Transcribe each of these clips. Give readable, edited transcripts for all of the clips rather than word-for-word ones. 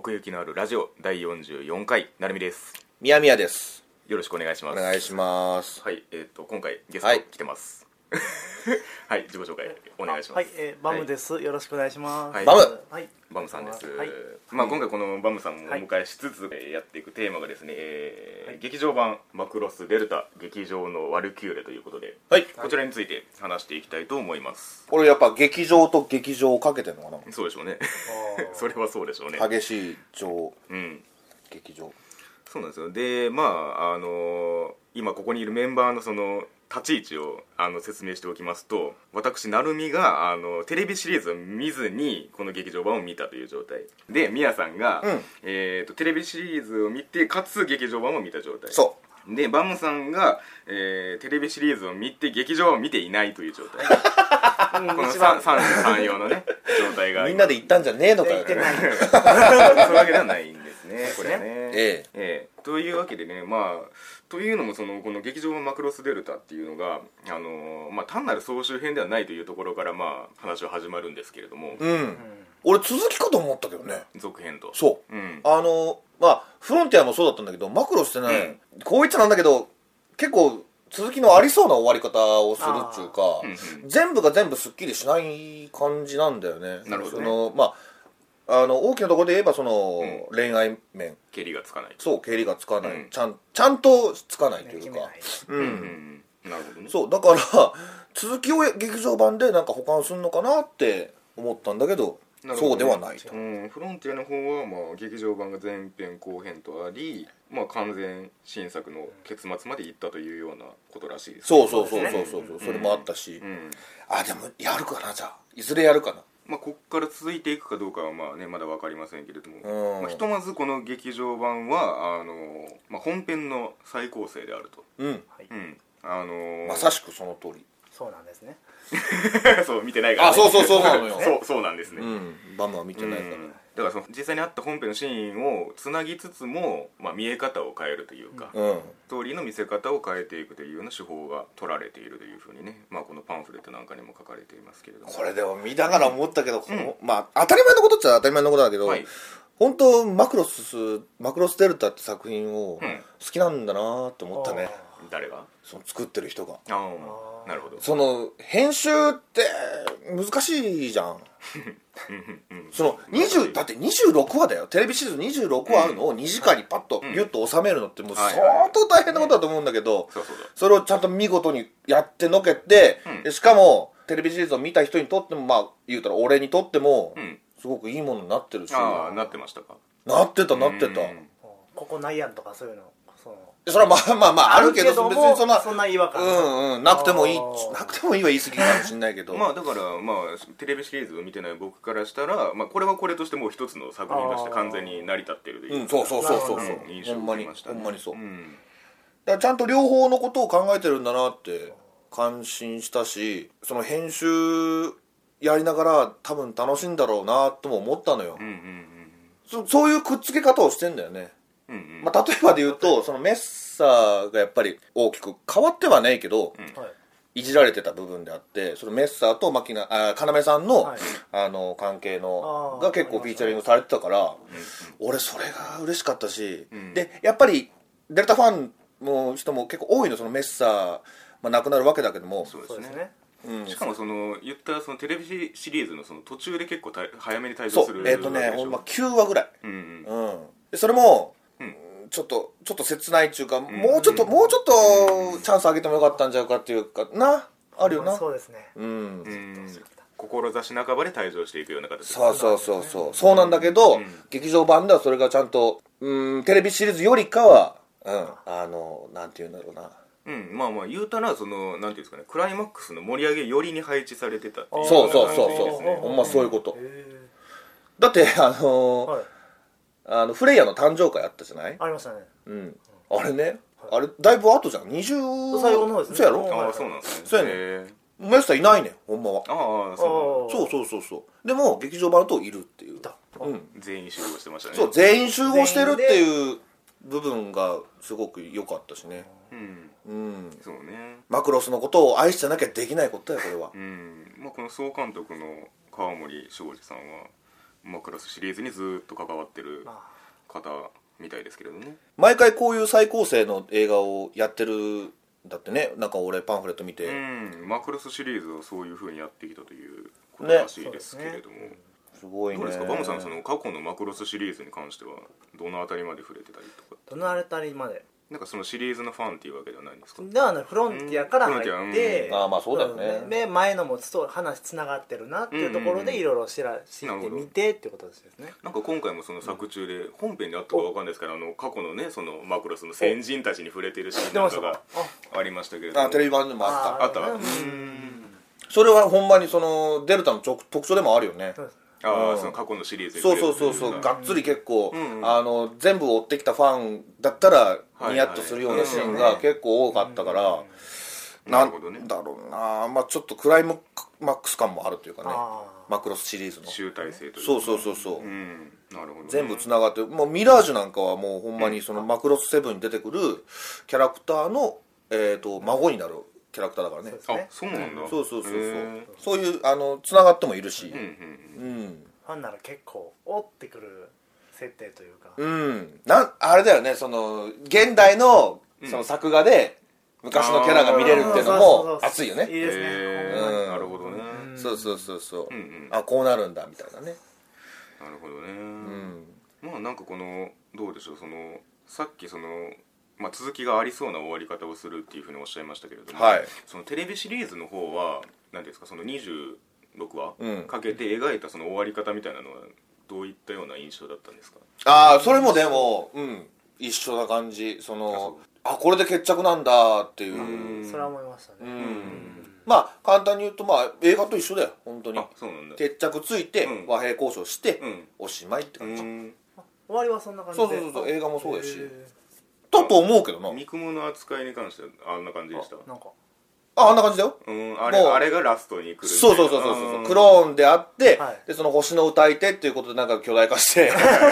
奥行きのあるラジオ第44回なるみです。 みやみやです。 よろしくお願いします。 お願いします。 はい、今回ゲスト来てます。はい、自己紹介お願いします。 はい、バムです、よろしくお願いします。 はい、 バム、 はい、 バムさんです。 はい、 今回このバムさんをお迎えしつつやっていくテーマがですね、劇場版マクロスデルタ劇場のワルキューレということで、 はい、 こちらについて話していきたいと思います。 これやっぱ劇場と劇場をかけてるのかな。 そうでしょうね。それはそうでしょうね。 激しい劇場。 そうなんですよ。で、今ここにいるメンバーのその立ち位置を説明しておきますと、私なるみがテレビシリーズを見ずにこの劇場版を見たという状態で、みやさんが、テレビシリーズを見てかつ劇場版を見た状態。そうで、バムさんが、テレビシリーズを見て劇場版を見ていないという状態。この三者用のね状態がみんなで行ったんじゃねえのかよ。 行ってない。 そういうわけではないんですね、これはね。というわけでね、というのもこの劇場版マクロスデルタっていうのが単なる総集編ではないというところから話は始まるんですけれども、 俺続きかと思ったけどね。 続編と。 そう、フロンティアもそうだったんだけど、マクロスってね、こう言っちゃなんだけど結構続きのありそうな終わり方をするっちゅうか、全部が全部すっきりしない感じなんだよね。 なるほどね。 大きなところで言えば恋愛面、 ケリがつかない。 そう、ケリがつかない、ちゃんとつかないというか、 なるほどね。 そうだから続きを劇場版でなんか保管するのかなって思ったんだけど、そうではないと。 フロンティアの方は劇場版が前編後編とあり、完全新作の結末までいったというようなことらしいです。 そう、それもあったし、でもやるかな、じゃあいずれやるかな。 こっから続いていくかどうかはまだ分かりませんけれども、ひとまずこの劇場版は本編の再構成であると。 まさしくその通り。 そうなんですね。 そう見てないからね。 そうなのよ。 そうなんですね。 バムは見てないから。 だから実際にあった本編のシーンをつなぎつつも、見え方を変えるというか、ストーリーの見せ方を変えていくというような手法が取られているというふうにね、このパンフレットなんかにも書かれていますけれども、 これでも見ながら思ったけど、当たり前のことっちゃ当たり前のことだけど、本当マクロスデルタって作品を好きなんだなって思ったね。 誰が？ その作ってる人が。 なるほど。 その編集って難しいじゃん。だって26話だよ。テレビシリーズ26話あるのを2時間にパッとギュッと収めるのってもう相当大変なことだと思うんだけど、それをちゃんと見事にやってのけて、しかもテレビシリーズを見た人にとっても言うたら俺にとってもすごくいいものになってるし。 なってましたか？ なってた。 ここないやんとかそういうの。 それはあるけど別にそんな違和感なくてもいいは言い過ぎかもしれないけどだからテレビシリーズを見てない僕からしたら、これはこれとしてもう一つの作品として完全に成り立っているという、 そう印象を受けましたね。 ほんまにそう、だからちゃんと両方のことを考えてるんだなって感心したし、その編集やりながら多分楽しいんだろうなとも思ったのよ。そういうくっつけ方をしてんだよね。例えばで言うとそのメッサーがやっぱり大きく変わってはないけど、いじられてた部分であって、そのメッサーと要さんの、関係のが結構フィーチャリングされてたから、俺それが嬉しかったし、でやっぱりデルタファンの人も結構多いの、そのメッサー、亡くなるわけだけども。 そうですね。しかも言ったテレビシリーズの途中で結構早めに退場する。 ほんま9話ぐらい。それもちょっと切ないっていうか、もうちょっとチャンスあげてもよかったんちゃうかっていうかな、あるよな。 そうですね。 志半ばで退場していくような形。 そうなんだけど、劇場版ではそれがちゃんとテレビシリーズよりかはなんていうんだろうな。 言うたらなんていうんですかね、クライマックスの盛り上げ寄りに配置されてたっていう。 そうほんまそういうこと。だってフレイヤの誕生会あったじゃない？ ありましたね。 あれね、あれだいぶ後じゃん。20 最後の方ですね。 そうやろ？ そうなんですね。 そうやね。メッサいないねん、ほんまは。そうでも劇場版だといるっていう。 全員集合してましたね。 そう、全員集合してるっていう部分がすごく良かったしね。 そうね。 マクロスのことを愛してなきゃできないことだよ、これは。 この総監督の川森庄司さんはマクロスシリーズにずっと関わってるあ方みたいですけれどね。 毎回こういう再構成の映画をやってるんだってね。なんか俺パンフレット見て、 マクロスシリーズはそういう風にやってきたということらしいですけれども、 すごいね。 どうですかバムさん、その過去のマクロスシリーズに関してはどのあたりまで触れてたりとか、 どのあたりまでなんかそのシリーズのファンっていうわけではないんですか？ ではね、フロンティアから入っフロンテて、 ィアああまあそうだよね。 で前のもと話つながってるなっていうところでいろいろ知ってみてっていうことですね。 なんか今回もその作中で本編であったかわかんないですけど、過去のねそのマクロスの先人たちに触れてるシーンなんかがありましたけれども、 テレビ版でもあった。 あった。 それはほんまにそのデルタの特徴でもあるよね。 そうです。 その過去のシリーズにそう触れてるがっつり結構、全部追ってきたファンだったらニヤッとするようなシーンが結構多かったから、なんだろうな、まあちょっとクライマックス感もあるというかね、マクロスシリーズの集大成というか、 そう、 なるほどね、 全部つながって、もうミラージュなんかはもうほんまにそのマクロス7に出てくるキャラクターの、孫になるキャラクターだからね。 あ、そうなんだ。 そうそういうつながってもいるし、 ファンなら結構追ってくる設定というあか、 れだよね、その現代のその作画で昔のキャラが見れるっていうのも熱いよね。 いいですね。 なるほどね。 そうあ、こうなるんだみたいなね。 なるほどね。まあなんかこのどうでしょう、そのさっきその続きがありそうな終わり方をするっていうふうにおっしゃいましたけれども、そのテレビシリーズの方は何ですか、その26話かけて描いたその終わり方みたいなのはどういったような印象だったんですか？ ああ、それもでも一緒な感じ。そのこれで決着なんだっていう。 それは思いましたね。 まあ簡単に言うと映画と一緒だよ本当に。 そうなんだ。 決着ついて和平交渉しておしまいって感じ。 終わりはそんな感じで。 そう映画もそうやし。だと思うけどな。 三雲の扱いに関してはあんな感じでした。 なんかあんな感じだよ。 あれがラストに来る。 そうクローンであって、でその星の歌い手っていうことでなんか巨大化して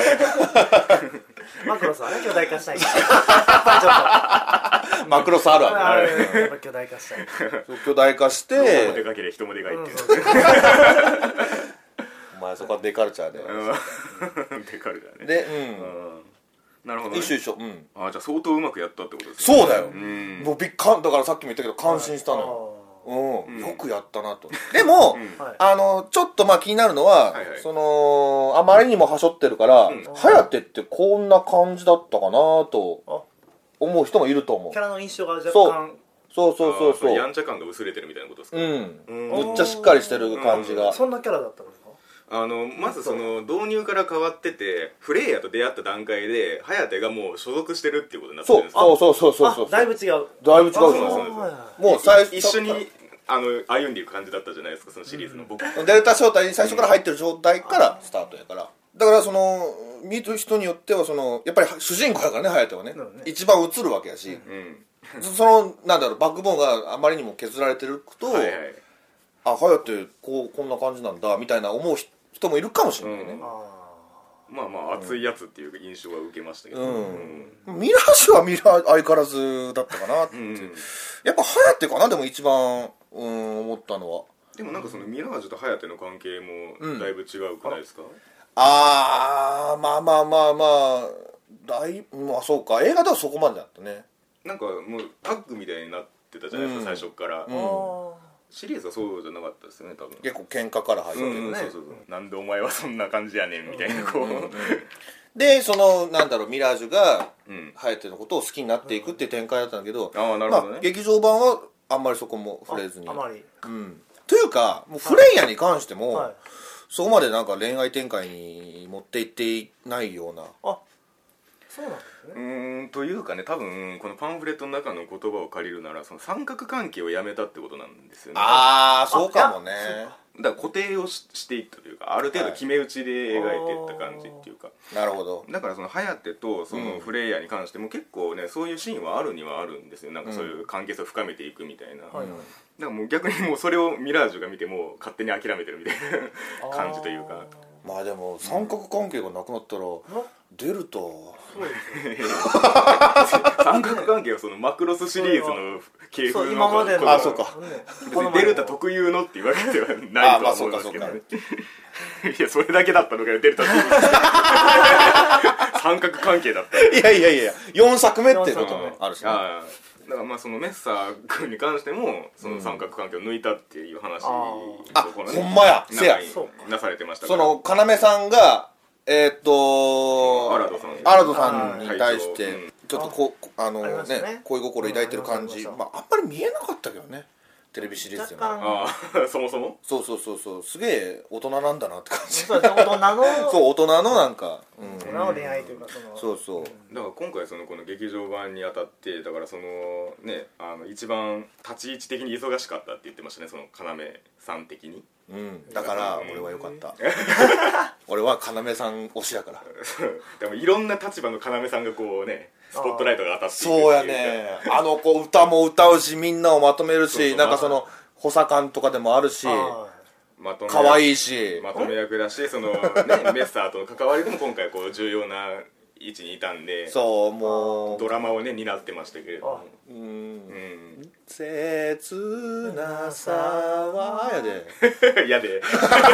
マクロスはね巨大化したいやっぱりちょっとマクロスあるわね。 やっぱ巨大化したい。 巨大化して人もでかければ人もでかいっていう。 お前そこはデカルチャーでデカルチャーね。 でなるほどね。 一緒じゃあ相当うまくやったってことですね。 そうだよ。もうだからさっきも言ったけど感心したのよ。よくやったなと。でもちょっと気になるのはそのあまりにもはしょってるから颯ってこんな感じだったかなと思う人もいると思う。 キャラの印象が若干そうやんちゃ感が薄れてるみたいなことですか？ むっちゃしっかりしてる感じが。 そんなキャラだったんですか？ まずその導入から変わっててフレイヤと出会った段階で颯がもう所属してるっていうことになってるんですか？ そうだいぶ違う。 だいぶ違うでしょ。もう一緒に歩んでいく感じだったじゃないですか、そのシリーズの僕。 デルタ招待に最初から入ってる状態からスタートやから。だからその見る人によってはそのやっぱり主人公やからね颯はね一番映るわけやし、そのなんだろうバックボーンがあまりにも削られてると颯こんな感じなんだみたいな思う人もいるかもしれないね。 熱いやつっていう印象は受けましたけど、 ミラージュは相変わらずだったかなって、やっぱ颯かな。でも一番思ったのはでもなんかそのミラージュと颯の関係もだいぶ違うくないですか？ そうか、映画ではそこまでだったね。 なんかもうタッグみたいになってたじゃないですか、最初から。シリーズはそうじゃなかったですよね、多分。 結構喧嘩から入ってね。 なんでお前はそんな感じやねんみたいなこうでそのなんだろうミラージュが颯のことを好きになっていくっていう展開だったんだけど、劇場版はあんまりそこも触れずに。 あまり。 というかもうフレイヤに関してもそこまでなんか恋愛展開に持っていっていないような。 そうなんですね。 というかね、多分このパンフレットの中の言葉を借りるならその三角関係をやめたってことなんですよね。 そうかもね。 だから固定をしていったというか、ある程度決め打ちで描いていった感じっていうか。 なるほど。 だからその颯とそのフレイヤに関しても結構ねそういうシーンはあるにはあるんですよ。なんかそういう関係性を深めていくみたいな。だからもう逆にもうそれをミラージュが見ても勝手に諦めてるみたいな感じというか。 まあでも三角関係がなくなったらデルタ三角関係はそのマクロスシリーズの系譜の今までのそうかデルタ特有のっていうわけではないとは思いますけどねいやそれだけだったのかよデルタ特有三角関係だったいや4作目っていうこともあるしね。 だからまあそのメッサー君に関してもその三角関係を抜いたっていう話ほんまやせやなされてましたその要さんがアラドさんに対してちょっと恋心抱いてる感じ、あんまり見えなかったけどねテレビシリーズでもそもそもそうすげえ大人なんだなって感じそう大人のそう大人のなんか大人の恋愛というかそうだから今回この劇場版にあたってだから一番立ち位置的に忙しかったって言ってましたねその要さん的にだから俺は良かった俺は要さん推しだからでもいろんな立場の要さんがこうねスポットライトが当たっていくそうやね歌も歌うしみんなをまとめるしなんかその補佐官とかでもあるし可愛いしまとめ役だしメッサーとの関わりでも今回こう重要な位置にいたんでそうもうドラマをね担ってましたけれども切なさはやでやで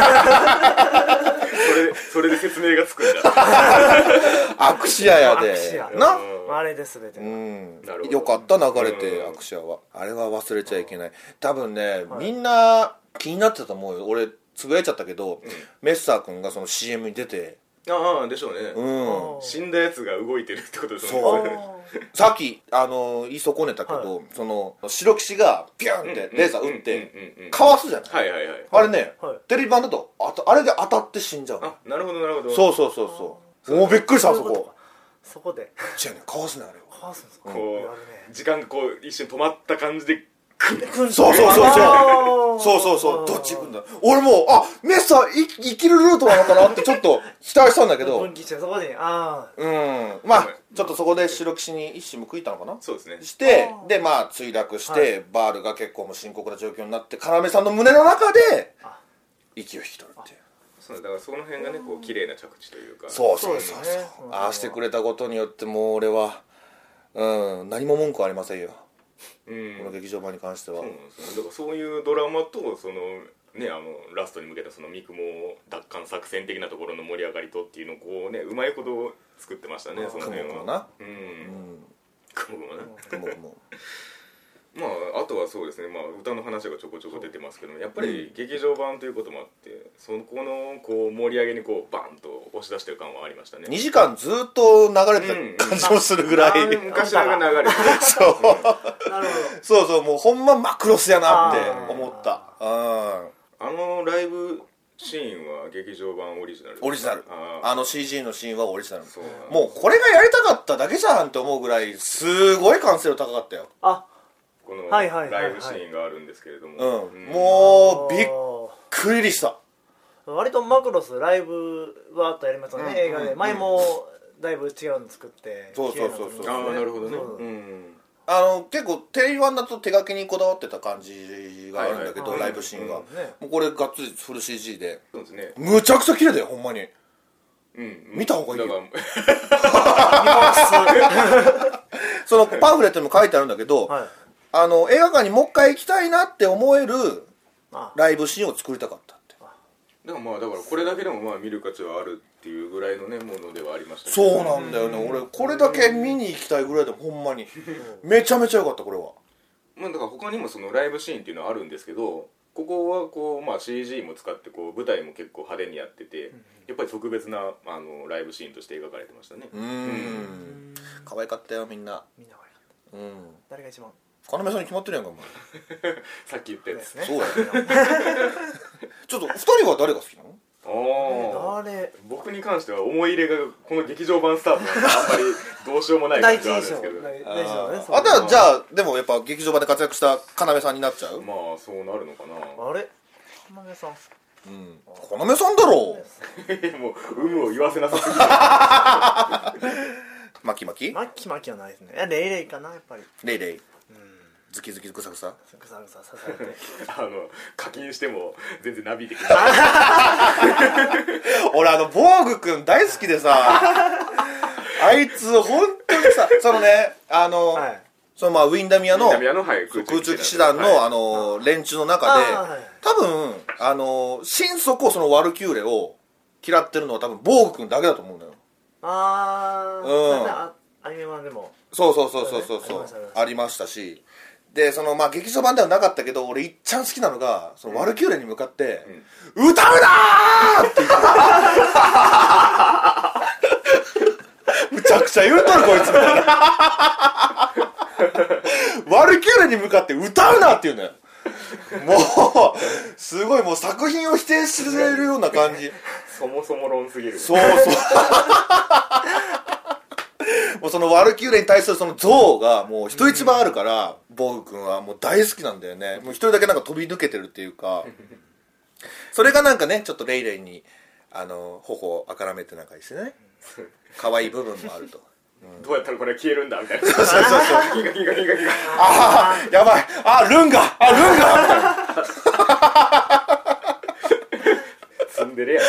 それで説明がつくんだアクシアやでなあれで全てよかった流れてアクシアはあれは忘れちゃいけない多分ねみんな気になってたと思うよ俺つぶやいちゃったけどメッサー君がその CM に出てでしょうね死んだやつが動いてるってことですよねさっき言い損ねたけどその白騎士がピュンってレーザー撃ってかわすじゃないあれねテレビ版だとあれで当たって死んじゃうなるほどなるほどそうもうびっくりしたそこで違うねかわすねあれかわすんですかこう時間がこう一瞬止まった感じでそうどっち行くんだ俺もメッサー生きるルートなのかなってちょっと期待したんだけど分岐してそこでちょっとそこで白騎士に一矢報いたのかなそうですねしてで墜落してバールが結構もう深刻な状況になって要さんの胸の中で息を引き取るっていうそうだからその辺がねこう綺麗な着地というかそうああしてくれたことによってもう俺は何も文句ありませんよこの劇場版に関してはだからそういうドラマとラストに向けたその三雲奪還作戦的なところの盛り上がりとっていうのをこうねうまいこと作ってましたねその辺は雲あとはそうですね歌の話がちょこちょこ出てますけどやっぱり劇場版ということもあってそこのこう盛り上げにこうバンと押し出してる感はありましたね 2時間ずっと流れてた感じもするぐらい昔が流れてそうもうほんまマクロスやなって思ったライブシーンは劇場版オリジナル CG のシーンはオリジナルもうこれがやりたかっただけじゃんって思うぐらいすごい完成度高かったよこのライブシーンがあるんですけれどももうびっくりした割とマクロスライブはあとやりますよね映画で前もだいぶ違うの作ってそうなるほどね結構テレビ版だと手書きにこだわってた感じがあるんだけどライブシーンがもうこれがっつりフル CG でむちゃくちゃ綺麗だよほんまに見た方がいいよそのパンフレットにも書いてあるんだけど映画館にもう一回行きたいなって思えるライブシーンを作りたかったってだからこれだけでも見る価値はあるっていうぐらいのねものではありましたそうなんだよね俺これだけ見に行きたいぐらいでほんまにめちゃめちゃ良かったこれはだから他にもそのライブシーンっていうのはあるんですけどここはこうCG も使ってこう舞台も結構派手にやっててやっぱり特別なライブシーンとして描かれてましたね可愛かったよみんな可愛かった誰が一番要さんに決まってるやんかお前さっき言ったやつそうやちょっと2人は誰が好きなの僕に関しては思い入れがこの劇場版スタートなんであんまりどうしようもない感じがあるんですけどじゃあでもやっぱ劇場版で活躍した要さんになっちゃうそうなるのかなあれ要さん要さんだろもう有無を言わせなさすぎるマキマキはないですねレイレイかなやっぱりレイレイズキズキグサグサグサグサ刺されて課金しても全然なびいてくる俺ボーグ君大好きでさあいつ本当にさそのねはい、 そのまあウィンダミアのはい、 空中騎士団の、はい、連中の中で、はい、多分心底そのワルキューレを嫌ってるのは多分ボーグ君だけだと思うんだよ。 アニメ版でもそう、ありましたし、でそのまあ劇場版ではなかったけど俺いっちゃん好きなのがそのワルキューレに向かって「歌うなー!」って言ってむちゃくちゃ言うとるこいつみたいなワルキューレに向かって歌うなって言うのよ。もうすごいもう作品を否定するような感じそもそも論すぎる。 そうもうそのワルキューレに対するその像がもう人一番あるから、ボーグ君はもう大好きなんだよね。もう一人だけなんか飛び抜けてるっていうかそれがなんかねちょっとレイレイに頬をあからめてなんかですね可愛い部分もあると、 どうやったらこれ消えるんだみたいなそうギガギガギガギガああやばいルンガみたいなツンデレや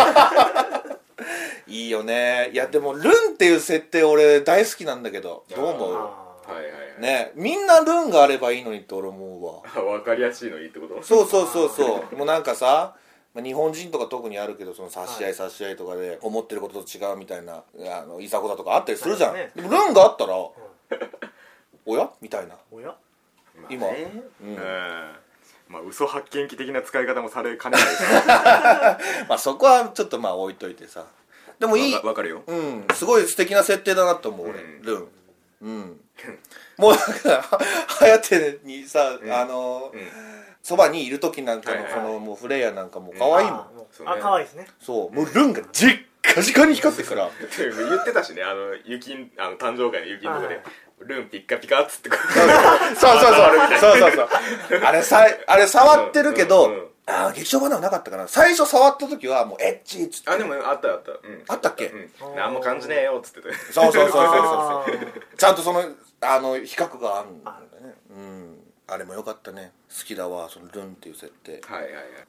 いいよね。いやでもルンっていう設定俺大好きなんだけどどう思う？ はいはいはい、 ね、みんなルンがあればいいのにって俺思うわ。 分かりやすいのいいってこと？ そうもうなんかさ日本人とか特にあるけどその差し合いとかで思ってることと違うみたいないざこざとかあったりするじゃん、ね、でもルンがあったら、おやみたいな今、 まあ嘘発見器的な使い方もされかねないですまあそこはちょっとまあ置いといてさでもいい分かるよ、 すごい素敵な設定だなと思う俺、ルンもうなんか颯にさそばにいる時なんかのそのもうフレイヤなんかも可愛いもん。 可愛いですね。 そうもうルンがじっかじかに光ってるから言ってたしね誕生会の雪のとこでルンピッカピカっつってそうあれ触ってるけど劇場版ではなかったかな。最初触った時はもうエッチっつってでもあったあったっけ？ 何も感じねえよっつっててそうちゃんとその比較があるんだよね。あれも良かったね。好きだわそのルンっていう設定。 はい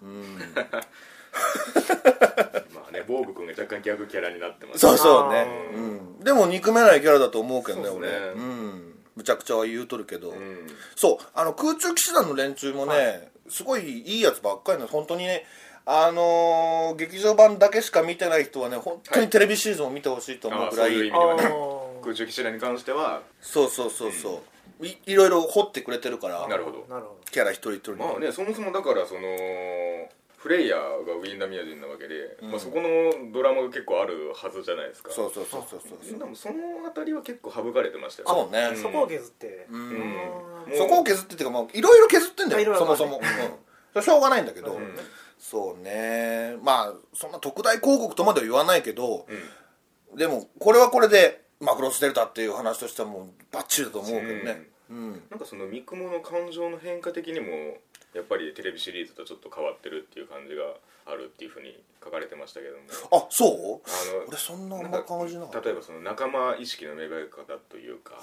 まあねボーグ君が若干ギャグキャラになってます。 そうね、でも憎めないキャラだと思うけどね俺。むちゃくちゃは言うとるけど、そう空中騎士団の連中もね、すごいいいやつばっかりな本当にね。劇場版だけしか見てない人はね本当にテレビシリーズも見てほしいと思うぐらい、 そういう意味ではね空中騎士団に関してはそういろいろ掘ってくれてるから。 なるほどキャラ一人一人まあねそもそもだからそのフレイヤーがウィンダミア人なわけで、そこのドラマが結構あるはずじゃないですか。 そうでもそのあたりは結構省かれてましたよ。 そうね、 そこを削ってそこを削ってっていうかもういろいろ削ってんだよそもそも、それしょうがないんだけど、そうねまあそんな特大広告とまでは言わないけど、でもこれはこれでマクロスデルタっていう話としてはもうバッチリだと思うけどね、 なんかその三雲の感情の変化的にもやっぱりテレビシリーズとちょっと変わってるっていう感じがあるっていうふうに書かれてましたけども。 そう俺そんなあんま感じなかった。 例えばその仲間意識の芽生え方というか、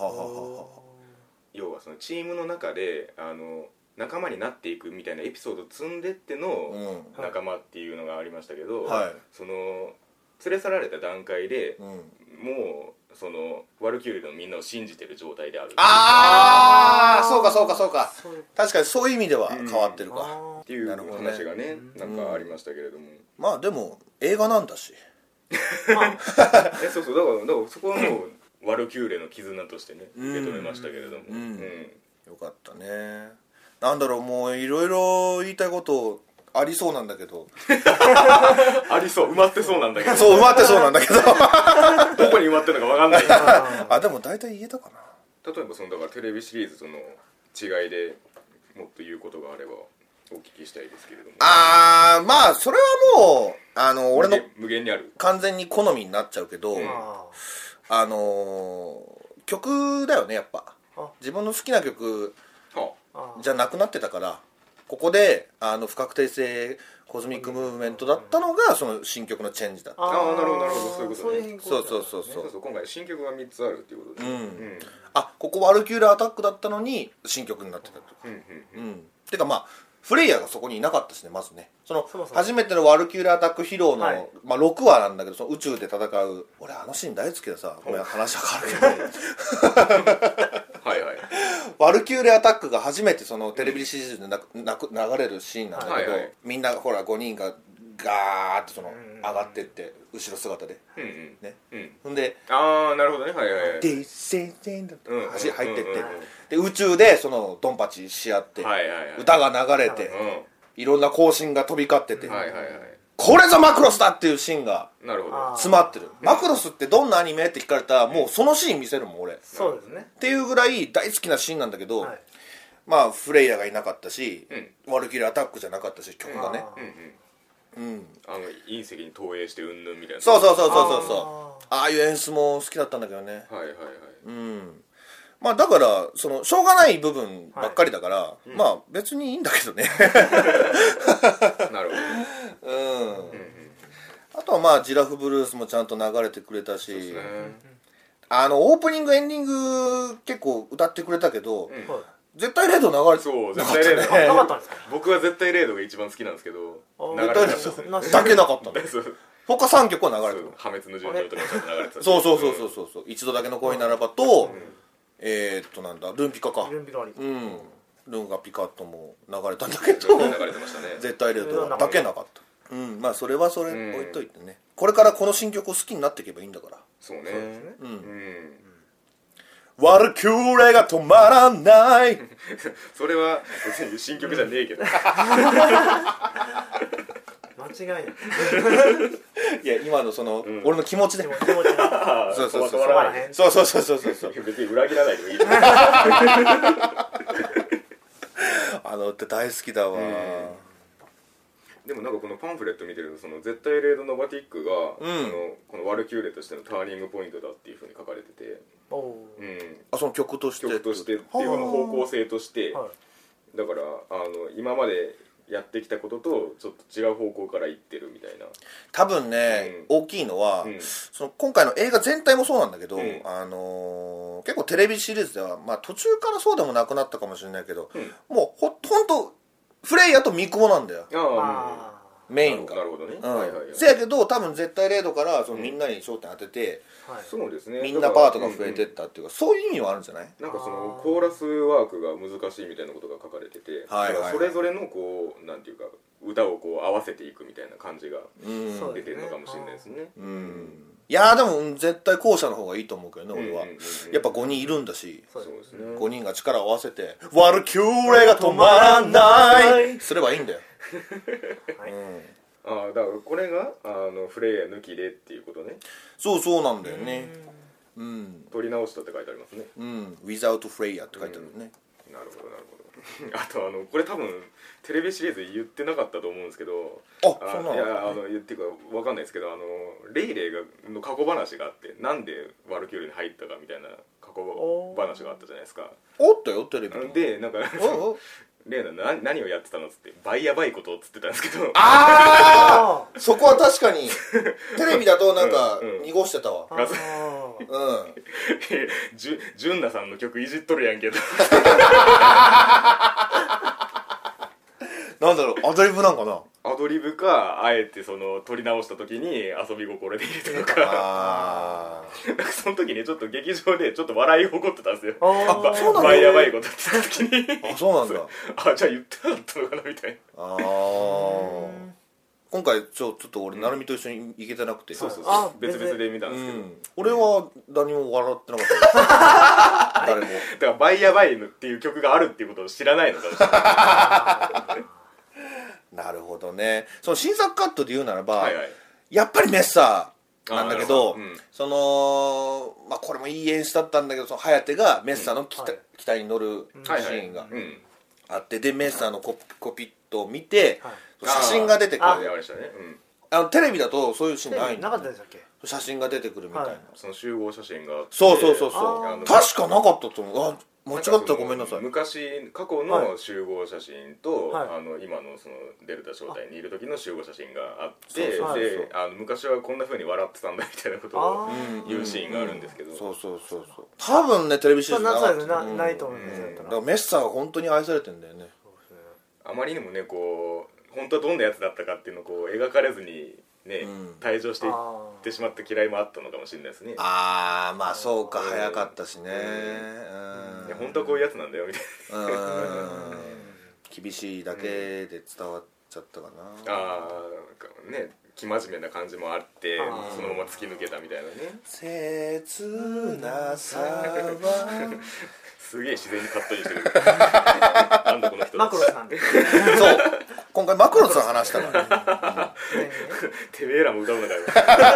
要はそのチームの中で仲間になっていくみたいなエピソードを積んでっての仲間っていうのがありましたけど、その連れ去られた段階で、もうそのワルキューレのみんなを信じてる状態である。 そうか確かにそういう意味では変わってるか、 っていう話がねなんかありましたけれども、 まあでも映画なんだしそうだからそこはもうワルキューレの絆としてね受け止めましたけれども、 よかったね。なんだろうもういろいろ言いたいことありそうなんだけどありそう埋まってそうなんだけどそう埋まってそうなんだけどどこに埋まってるのか分かんないでも大体言えたかな。例えばそのだからテレビシリーズとの違いでもっと言うことがあればお聞きしたいですけれども。 まあそれはもう俺の無限にある完全に好みになっちゃうけど、曲だよねやっぱ。自分の好きな曲じゃなくなってたからここで不確定性コズミックムーブメントだったのがその新曲のチェンジだった。 ああ、なるほどなるほど、そういうことね。 そうそうそうそう、今回新曲が3つあるっていうことで、 あ、ここワルキューレアタックだったのに新曲になってたと。てかまあフレイヤーがそこにいなかったしね、まずね。その初めてのワルキューレアタック披露の、まあ6話なんだけど、その宇宙で戦う、俺あのシーン大好きでさ、ごめん話は変わるけどはいはい、 ワルキューレアタックが初めてそのテレビシリーズで流れるシーンなんだけど、みんなほら5人がガーッとその上がってって後ろ姿でね、ほんでああなるほどね、はいはいはい、 でせんせんだって入ってってで宇宙でそのドンパチし合って歌が流れていろんな行進が飛び交ってて、これぞマクロスだっていうシーンが詰まってる。マクロスってどんなアニメって聞かれたらもうそのシーン見せるもん俺。 そうですねっていうぐらい大好きなシーンなんだけど、まあフレイヤーがいなかったし、ワルキューレアタックじゃなかったし曲がね、 隕石に投影してうんぬんみたいな。 そうああいう演出も好きだったんだけどね。まあだからそのしょうがない部分ばっかりだから、まあ別にいいんだけどねなるほど、 あとはまあジラフブルースもちゃんと流れてくれたし、オープニングエンディング結構歌ってくれたけど、絶対レード流れてなかったね。僕は絶対レードが一番好きなんですけど、流れてなかっただけなかったんだ他3曲は流れてる。 破滅の順調とかちゃんと流れてた。 そう一度だけの恋ならばと、なんだルンピカか、ルンガピカットも流れたんだけど絶対レードだけなかった。まあそれはそれ置いといてね、これからこの新曲を好きになっていけばいいんだから。 そうね。 ワルキューレが止まらないそれは別に新曲じゃねえけど間違いないいや今のその、俺の気持ちでそう別に裏切らないでもいいって大好きだわ。 でもなんかこのパンフレット見てるとその絶対レードノバティックが、このワルキューレとしてのターニングポイントだっていうふうに書かれてて、 その曲としてっていう方向性として、だから今までやってきたこととちょっと違う方向から行ってるみたいな。 多分ね、大きいのは、その今回の映画全体もそうなんだけど、結構テレビシリーズでは、まあ、途中からそうでもなくなったかもしれないけど、もうほんとフレイヤとミクモなんだよ、メインが。 なるほどね。 せやけど多分絶対レードからそのみんなに焦点当てて、 そうですね、 みんなパートが増えてったっていうか、そういう意味はあるんじゃない？ なんかそのコーラスワークが難しいみたいなことが書かれてて、それぞれのこうなんていうか歌をこう合わせていくみたいな感じが出てるのかもしれないですね。 いやでも絶対後者の方がいいと思うけどね、俺は。やっぱ5人いるんだし、5人が力を合わせてワルキューレが止まらないすればいいんだよ。 だからこれがフレイヤ抜きでっていうことね。 そうなんだよね。 取り直したって書いてありますね。 Without Freya って書いてあるね。 なるほどなるほど。あとこれ多分テレビシリーズで言ってなかったと思うんですけど、 そうなの？ いやっていうかわかんないですけど、レイレイの過去話があって、なんでワルキューレに入ったかみたいな過去話があったじゃないですか。 おったよテレビで。なんかレイナ何をやってたのっつってバイヤバイことっつってたんですけど、 そこは確かにテレビだとなんか濁してたわ。 ジュンナさんの曲いじっとるやんけどなんだろう、アドリブなんかな。 アドリブか、あえてその撮り直した時に遊び心で入れたのかなんかその時にちょっと劇場でちょっと笑い起こってたんですよ。バイヤバイことって言った時にそうなんだじゃあ言ってなかったのかなみたいな。 今回ちょっと俺成海と一緒に行けてなくて、 別々で見たんですけど、 俺は何も笑ってなかった誰も。 だからバイヤバイっていう曲があるっていうことを知らないのかもしれないなるほどね。その新作カットで言うならば、やっぱりメッサーなんだけど、そのまあこれもいい演出だったんだけど、その颯がメッサーの機体に乗るシーンがあって、でメッサーのコピットを見て写真が出てくる。テレビだとそういうシーンないんだ。 なかったでしたっけ？ 写真が出てくるみたいな、 その集合写真が。 そう確かなかったと思う。 間違ったらごめんなさい。 昔過去の集合写真と、 はい今のそのデルタ招待にいる時の集合写真があってそうそうそうで昔はこんな風に笑ってたんだみたいなことを言うシーンがあるんですけど、 そう多分ねテレビシリーズなかったそうですねないと思うんですよ、 だからメッサーが本当に愛されてんだよね。 あまりにもねこう本当はどんなやつだったかっていうのをこう描かれずにね、退場していってしまった嫌いもあったのかもしれないですね。 ああまあそうか、早かったしね。 いや本当はこういうやつなんだよみたいな厳しいだけで伝わっちゃったかな。 ね生真面目な感じもあってそのまま突き抜けたみたいなね。 切なさはすげえ自然にカットインしてるなんだこの人マクロさんそう今回マクロスの話だからねてめえらも歌うのかよ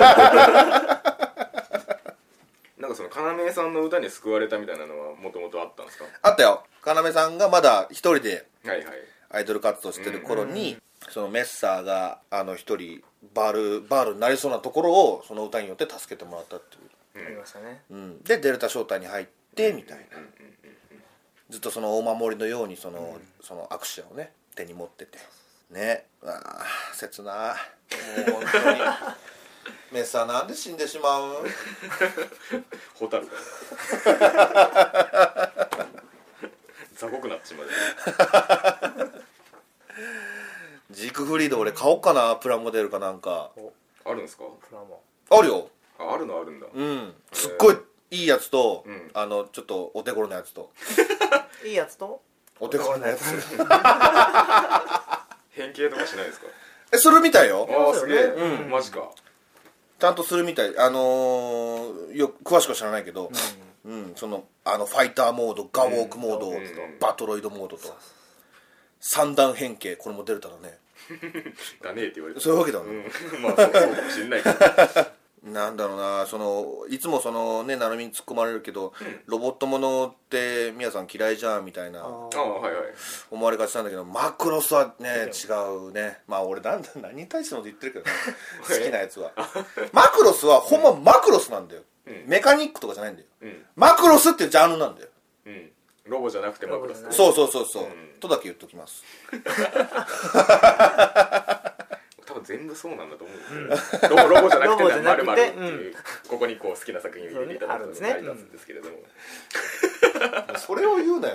なんかその要さんの歌に救われたみたいなのはもともとあったんですか？ あったよ。要さんがまだ一人ではいはいアイドル活動してる頃に、そのメッサーが一人バールになりそうなところをその歌によって助けてもらったっていう、 ありましたね、 でデルタ招待に入ってみたいな、ずっとそのお守りのようにそのアクションをね手に持っててね。切な。もう本当にメッサーなんで死んでしまうホタルか雑魚くなっちまうジークフリード俺買おうかな、プラモデルかなんか。 あるんですか？ プラモあるよ。 あるのあるんだ。 すっごいいいやつと、 うんちょっとお手頃なやつといいやつとお手頃なやつ変形とかしないですか？ するみたいよ。 ああすげえ、マジか。 ちゃんとするみたい。詳しくは知らないけど、そのファイターモード、ガンウォークモード、バトロイドモードと三段変形、これもデルタだね。 だねって言われてそういうわけだね。 まあそうかもしれないけどなんだろうな、いつもねなるみに突っ込まれるけど、ロボットものってみやさん嫌いじゃんみたいなはいはい思われがちなんだけど、マクロスはね違うね。まあ俺何に対してのこと言ってるけどね好きなやつはマクロスはほんまマクロスなんだよ、メカニックとかじゃないんだよ、マクロスっていうジャンルなんだよ、 ロボじゃなくてマクロス。 そう、とだけ言っときます多分全部そうなんだと思うんですよロボじゃなくてロボじゃなくて 〇〇っていうここにこう好きな作品を入れていただくのがありますんですけれども、 それを言うなよ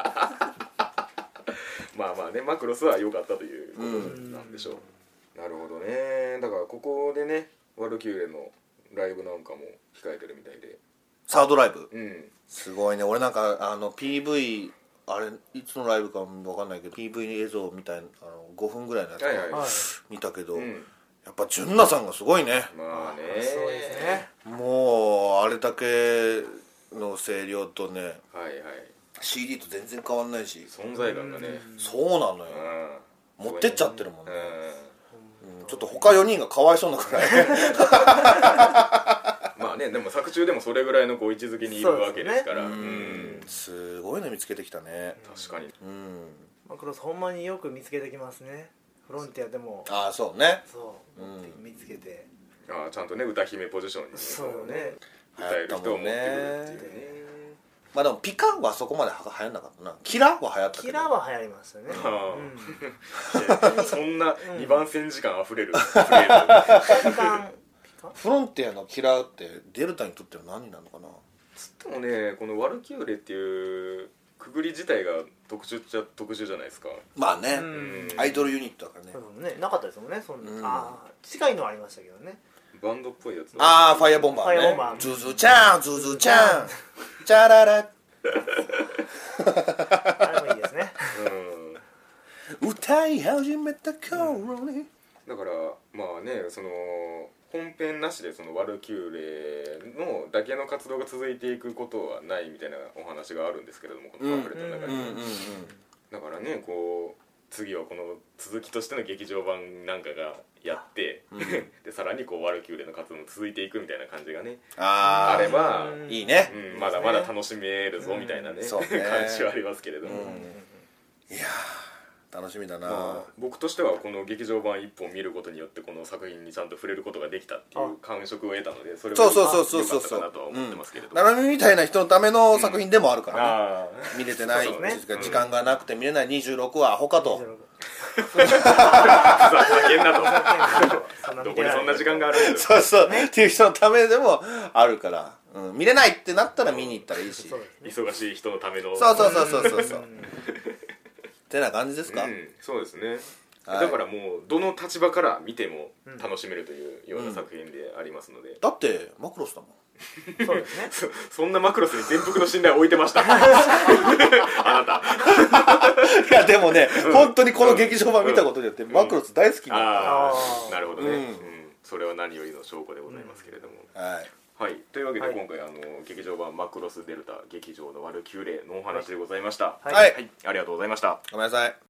まあまあね、マクロスは良かったということなんでしょう。なるほどね。だからここでねワルキューレのライブなんかも控えてるみたいで、 サードライブ、すごいね。俺なんかPV、あれいつのライブか分かんないけど PV 映像みたいな5分ぐらいのやつ見たけど、やっぱ純奈さんがすごいね。 まあね、 そうですね。 もうあれだけの声量とね、 はいはい、 CD と全然変わんないし存在感がね、 そうなのよ、持ってっちゃってるもんね、ちょっと他4人がかわいそうなくらいまあね、でも作中でもそれぐらいのこう位置づけにいるわけですから、 すごいの見つけてきたね。 確かに、 マクロスほんまによく見つけてきますね。フロンティアでもそうね、 見つけて、 ちゃんとね歌姫ポジションにそうね歌える人を持ってくるっていうね。 まあでもピカはそこまで流行んなかったな。キラは流行ったけど、 キラは流行りましたね。 そんな2番線時間あふれるピカフロンティアのキラってデルタにとっては何なのかな。 つってもね、このワルキューレっていうくぐり自体が特殊っちゃ特殊じゃないですか。 まあね、アイドルユニットだからね。 そうね、なかったですもんね、そんな。近いのはありましたけどね。 バンドっぽいやつ。 ファイアボンバーね。ズズちゃんズズちゃんチャララあれもいいですね。 歌い始めた頃に。 だからまあね、その本編なしでそのワルキューレのだけの活動が続いていくことはないみたいなお話があるんですけれども、このパンフレットの中に。だからね、こう次はこの続きとしての劇場版なんかがやって、でさらにこうワルキューレの活動も続いていくみたいな感じがね、あればいいね、 まだまだ楽しめるぞみたいなね、感じはありますけれども、 いや楽しみだな、 まあ、僕としてはこの劇場版1本見ることによってこの作品にちゃんと触れることができたっていう感触を得たので、それは良かったかなとは思ってますけれども、 ななみみたいな人のための作品でもあるからね、見れてない、 ね、 時間がなくて見れない26はアホかとふざけんなとどこにそんな時間があるんですそうそう、っていう人のためでもあるから、見れないってなったら見に行ったらいいし、 忙しい人のためのそうってな感じですか、 そうですね、はい、だからもうどの立場から見ても楽しめるというような作品でありますので、 だってマクロスだもんそうですねそんなマクロスに全幅の信頼を置いてましたあなたいやでもね、本当にこの劇場版見たことによってマクロス大好きになった、 なるほどね、それは何よりの証拠でございますけれども、はい、というわけで今回劇場版マクロスデルタ劇場のワルキューレのお話でございました。 はい、 ありがとうございました。 ごめんなさい。